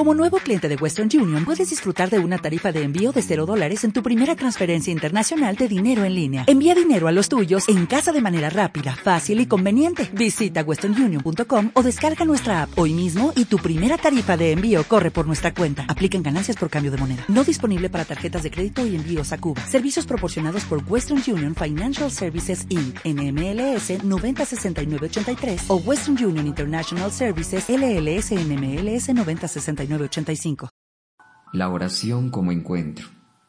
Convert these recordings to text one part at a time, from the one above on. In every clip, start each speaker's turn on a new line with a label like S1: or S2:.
S1: Como nuevo cliente de Western Union, puedes disfrutar de una tarifa de envío de $0 en tu primera transferencia internacional de dinero en línea. Envía dinero a los tuyos en casa de manera rápida, fácil y conveniente. Visita westernunion.com o descarga nuestra app hoy mismo y tu primera tarifa de envío corre por nuestra cuenta. Aplican ganancias por cambio de moneda. No disponible para tarjetas de crédito y envíos a Cuba. Servicios proporcionados por Western Union Financial Services Inc. NMLS 906983 o Western Union International Services LLS NMLS 906985.
S2: La oración como encuentro.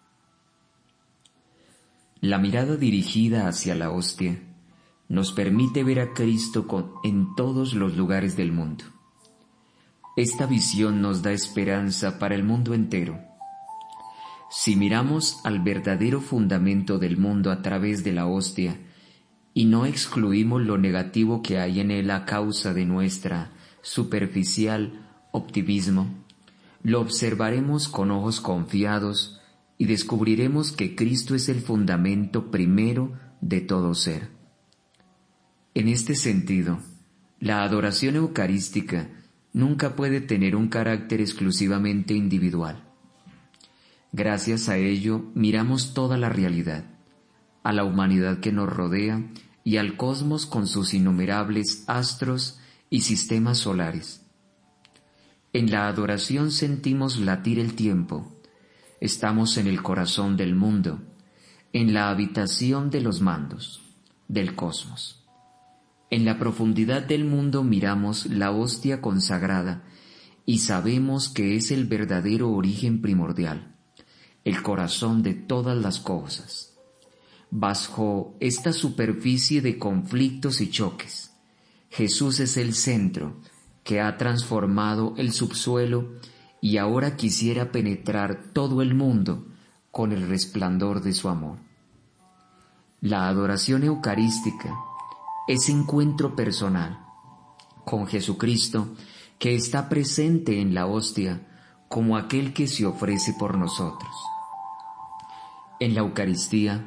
S2: La mirada dirigida hacia la hostia nos permite ver a Cristo en todos los lugares del mundo. Esta visión nos da esperanza para el mundo entero. Si miramos al verdadero fundamento del mundo a través de la hostia y no excluimos lo negativo que hay en él a causa de nuestra superficial optimismo, lo observaremos con ojos confiados y descubriremos que Cristo es el fundamento primero de todo ser. En este sentido, la adoración eucarística nunca puede tener un carácter exclusivamente individual. Gracias a ello, miramos toda la realidad, a la humanidad que nos rodea y al cosmos con sus innumerables astros y sistemas solares. En la adoración sentimos latir el tiempo, estamos en el corazón del mundo, en la habitación de los mandos, del cosmos. En la profundidad del mundo miramos la hostia consagrada y sabemos que es el verdadero origen primordial, el corazón de todas las cosas. Bajo esta superficie de conflictos y choques, Jesús es el centro que ha transformado el subsuelo y ahora quisiera penetrar todo el mundo con el resplandor de su amor. La adoración eucarística es encuentro personal con Jesucristo que está presente en la hostia como aquel que se ofrece por nosotros. En la Eucaristía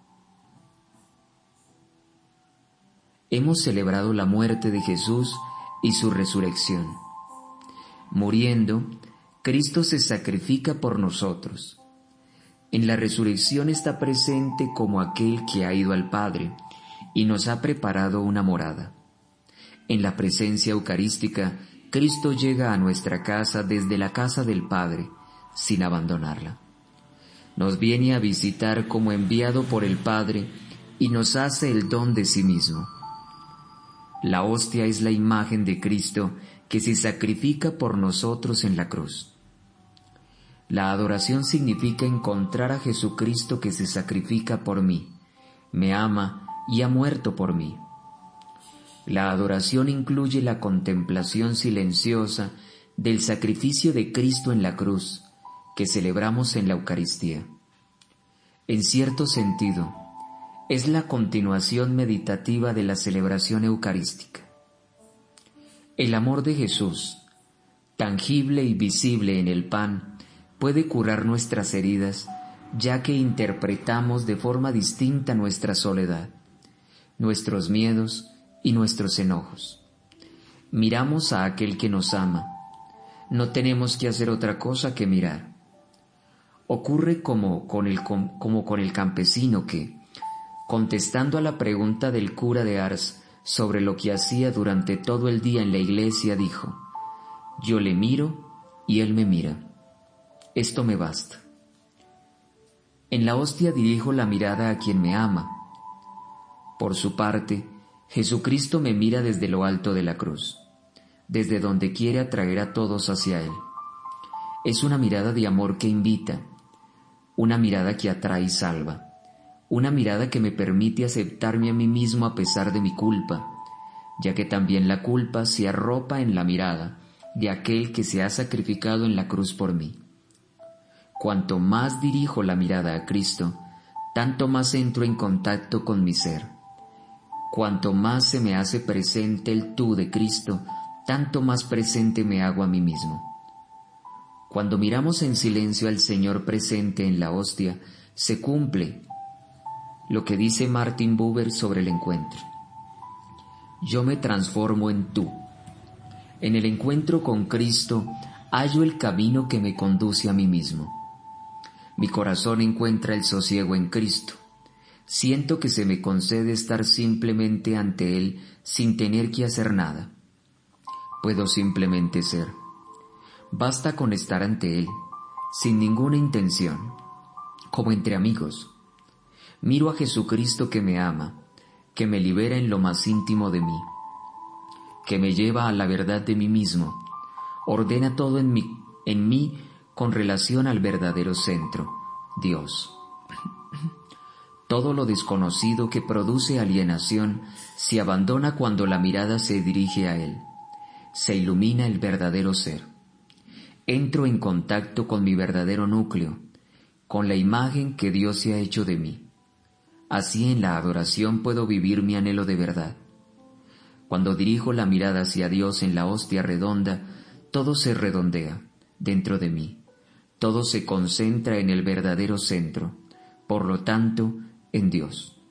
S2: hemos celebrado la muerte de Jesús y su resurrección. Muriendo, Cristo se sacrifica por nosotros. En la resurrección está presente como aquel que ha ido al Padre y nos ha preparado una morada. En la presencia eucarística, Cristo llega a nuestra casa desde la casa del Padre, sin abandonarla. Nos viene a visitar como enviado por el Padre y nos hace el don de sí mismo. La hostia es la imagen de Cristo que se sacrifica por nosotros en la cruz. La adoración significa encontrar a Jesucristo que se sacrifica por mí, me ama y ha muerto por mí. La adoración incluye la contemplación silenciosa del sacrificio de Cristo en la cruz, que celebramos en la Eucaristía. En cierto sentido, es la continuación meditativa de la celebración eucarística. El amor de Jesús, tangible y visible en el pan, puede curar nuestras heridas, ya que interpretamos de forma distinta nuestra soledad, nuestros miedos y nuestros enojos. Miramos a aquel que nos ama. No tenemos que hacer otra cosa que mirar. Ocurre como con el campesino que, contestando a la pregunta del cura de Ars sobre lo que hacía durante todo el día en la iglesia, dijo: «Yo le miro y él me mira. Esto me basta». En la hostia dirijo la mirada a quien me ama. Por su parte, Jesucristo me mira desde lo alto de la cruz, desde donde quiere atraer a todos hacia Él. Es una mirada de amor que invita, una mirada que atrae y salva, una mirada que me permite aceptarme a mí mismo a pesar de mi culpa, ya que también la culpa se arropa en la mirada de aquel que se ha sacrificado en la cruz por mí. Cuanto más dirijo la mirada a Cristo, tanto más entro en contacto con mi ser. Cuanto más se me hace presente el tú de Cristo, tanto más presente me hago a mí mismo. Cuando miramos en silencio al Señor presente en la hostia, se cumple lo que dice Martin Buber sobre el encuentro. Yo me transformo en tú. En el encuentro con Cristo hallo el camino que me conduce a mí mismo. Mi corazón encuentra el sosiego en Cristo. Siento que se me concede estar simplemente ante Él sin tener que hacer nada. Puedo simplemente ser. Basta con estar ante Él, sin ninguna intención, como entre amigos. Miro a Jesucristo que me ama, que me libera en lo más íntimo de mí, que me lleva a la verdad de mí mismo, ordena todo en mí con relación al verdadero centro, Dios. Todo lo desconocido que produce alienación se abandona cuando la mirada se dirige a Él. Se ilumina el verdadero ser. Entro en contacto con mi verdadero núcleo, con la imagen que Dios se ha hecho de mí. Así en la adoración puedo vivir mi anhelo de verdad. Cuando dirijo la mirada hacia Dios en la hostia redonda, todo se redondea dentro de mí. Todo se concentra en el verdadero centro, por lo tanto, en Dios.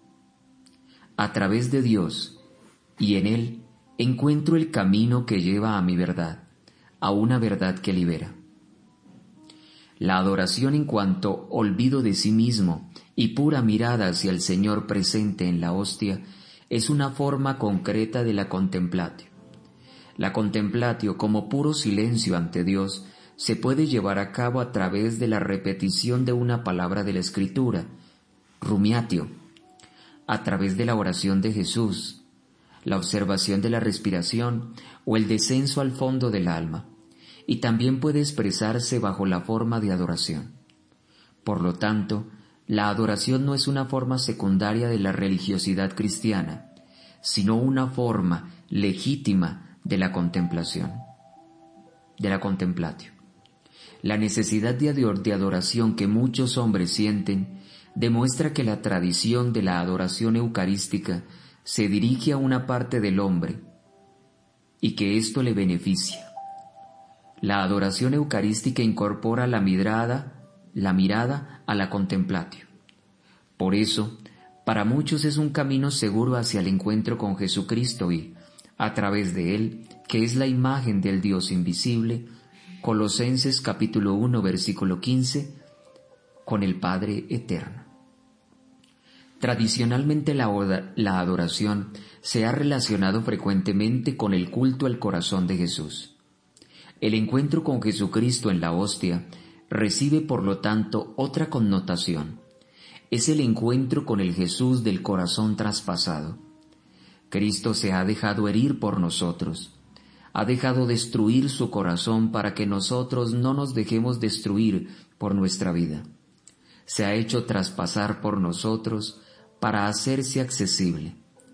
S2: A través de Dios y en Él encuentro el camino que lleva a mi verdad, a una verdad que libera. La adoración en cuanto olvido de sí mismo y pura mirada hacia el Señor presente en la hostia es una forma concreta de la contemplatio. La contemplatio como puro silencio ante Dios se puede llevar a cabo a través de la repetición de una palabra de la Escritura, rumiatio, a través de la oración de Jesús, la observación de la respiración o el descenso al fondo del alma, y también puede expresarse bajo la forma de adoración. Por lo tanto, la adoración no es una forma secundaria de la religiosidad cristiana, sino una forma legítima de la contemplación, de la contemplatio. La necesidad de adoración que muchos hombres sienten demuestra que la tradición de la adoración eucarística se dirige a una parte del hombre y que esto le beneficia. La adoración eucarística incorpora la mirada a la contemplatio. Por eso, para muchos es un camino seguro hacia el encuentro con Jesucristo y, a través de Él, que es la imagen del Dios invisible, Colosenses capítulo 1, versículo 15, con el Padre eterno. Tradicionalmente la adoración se ha relacionado frecuentemente con el culto al corazón de Jesús. El encuentro con Jesucristo en la hostia recibe por lo tanto otra connotación. Es el encuentro con el Jesús del corazón traspasado. Cristo se ha dejado herir por nosotros. Ha dejado destruir su corazón para que nosotros no nos dejemos destruir por nuestra vida. Se ha hecho traspasar por nosotros para hacerse accesible.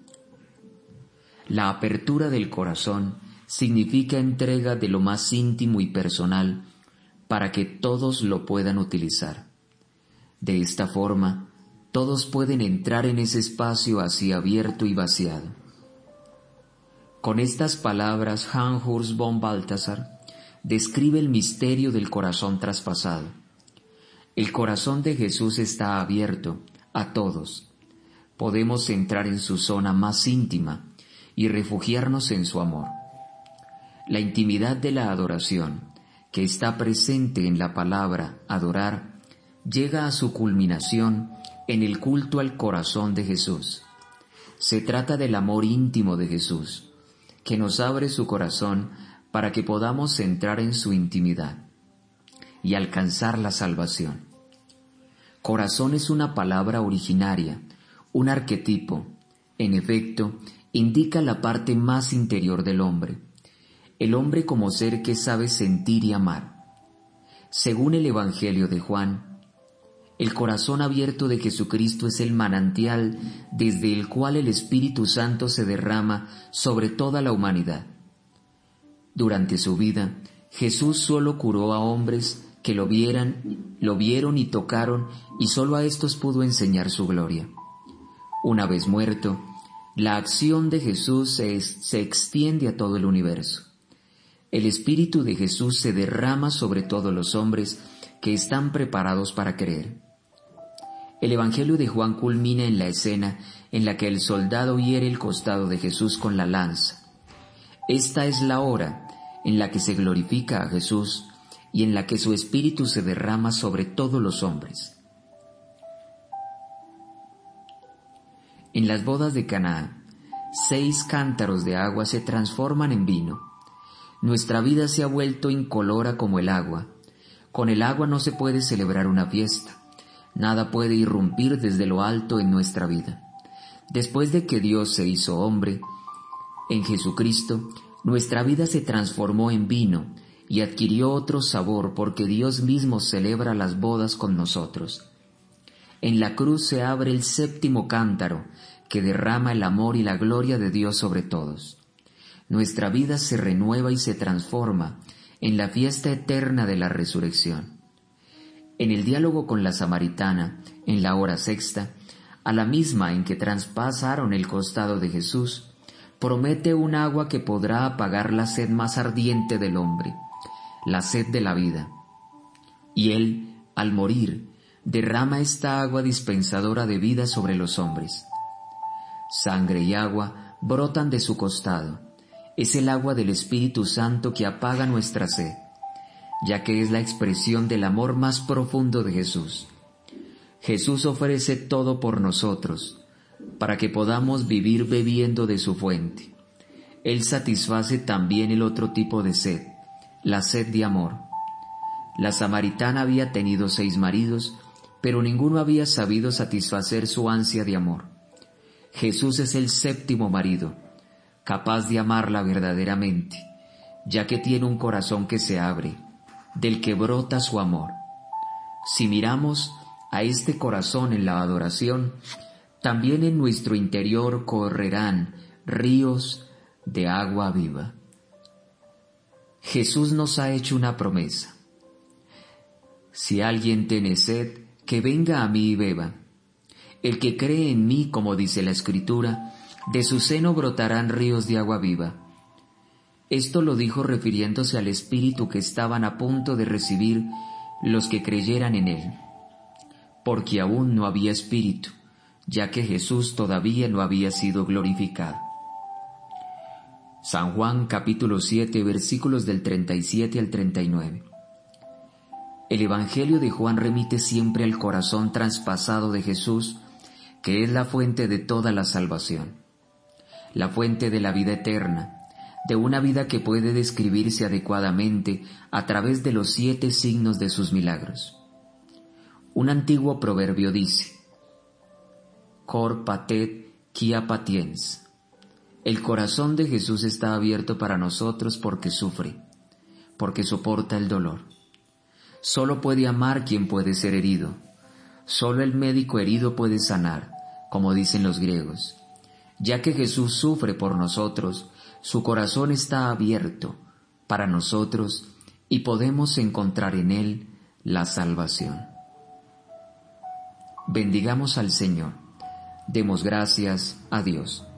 S2: La apertura del corazón significa entrega de lo más íntimo y personal para que todos lo puedan utilizar. De esta forma, todos pueden entrar en ese espacio así abierto y vaciado. Con estas palabras, Hans Urs von Balthasar describe el misterio del corazón traspasado. El corazón de Jesús está abierto a todos. Podemos entrar en su zona más íntima y refugiarnos en su amor. La intimidad de la adoración, que está presente en la palabra adorar, llega a su culminación en el culto al corazón de Jesús. Se trata del amor íntimo de Jesús, que nos abre su corazón para que podamos entrar en su intimidad y alcanzar la salvación. Corazón es una palabra originaria, un arquetipo. En efecto, indica la parte más interior del hombre, el hombre como ser que sabe sentir y amar. Según el Evangelio de Juan, el corazón abierto de Jesucristo es el manantial desde el cual el Espíritu Santo se derrama sobre toda la humanidad. Durante su vida, Jesús solo curó a hombres que lo vieron y tocaron, y solo a estos pudo enseñar su gloria. Una vez muerto, la acción de Jesús se extiende a todo el universo. El Espíritu de Jesús se derrama sobre todos los hombres que están preparados para creer. El Evangelio de Juan culmina en la escena en la que el soldado hiere el costado de Jesús con la lanza. Esta es la hora en la que se glorifica a Jesús y en la que su espíritu se derrama sobre todos los hombres. En las bodas de Caná, 6 cántaros de agua se transforman en vino. Nuestra vida se ha vuelto incolora como el agua. Con el agua no se puede celebrar una fiesta. Nada puede irrumpir desde lo alto en nuestra vida. Después de que Dios se hizo hombre, en Jesucristo, nuestra vida se transformó en vino y adquirió otro sabor porque Dios mismo celebra las bodas con nosotros. En la cruz se abre el 7º cántaro que derrama el amor y la gloria de Dios sobre todos. Nuestra vida se renueva y se transforma en la fiesta eterna de la resurrección. En el diálogo con la samaritana, en la hora sexta, a la misma en que traspasaron el costado de Jesús, promete un agua que podrá apagar la sed más ardiente del hombre, la sed de la vida. Y Él, al morir, derrama esta agua dispensadora de vida sobre los hombres. Sangre y agua brotan de su costado. Es el agua del Espíritu Santo que apaga nuestra sed, ya que es la expresión del amor más profundo de Jesús. Jesús ofrece todo por nosotros, para que podamos vivir bebiendo de su fuente. Él satisface también el otro tipo de sed, la sed de amor. La samaritana había tenido 6 maridos, pero ninguno había sabido satisfacer su ansia de amor. Jesús es el 7º marido, capaz de amarla verdaderamente, ya que tiene un corazón que se abre, del que brota su amor. Si miramos a este corazón en la adoración, también en nuestro interior correrán ríos de agua viva. Jesús nos ha hecho una promesa. Si alguien tiene sed, que venga a mí y beba. El que cree en mí, como dice la Escritura, de su seno brotarán ríos de agua viva. Esto lo dijo refiriéndose al Espíritu que estaban a punto de recibir los que creyeran en Él, porque aún no había Espíritu, ya que Jesús todavía no había sido glorificado. San Juan capítulo 7 versículos del 37 al 39. El Evangelio de Juan remite siempre al corazón traspasado de Jesús, que es la fuente de toda la salvación, la fuente de la vida eterna, de una vida que puede describirse adecuadamente a través de los 7 signos de sus milagros. Un antiguo proverbio dice: Cor patet quia patiens. El corazón de Jesús está abierto para nosotros porque sufre, porque soporta el dolor. Solo puede amar quien puede ser herido. Solo el médico herido puede sanar, como dicen los griegos. Ya que Jesús sufre por nosotros, su corazón está abierto para nosotros y podemos encontrar en Él la salvación. Bendigamos al Señor. Demos gracias a Dios.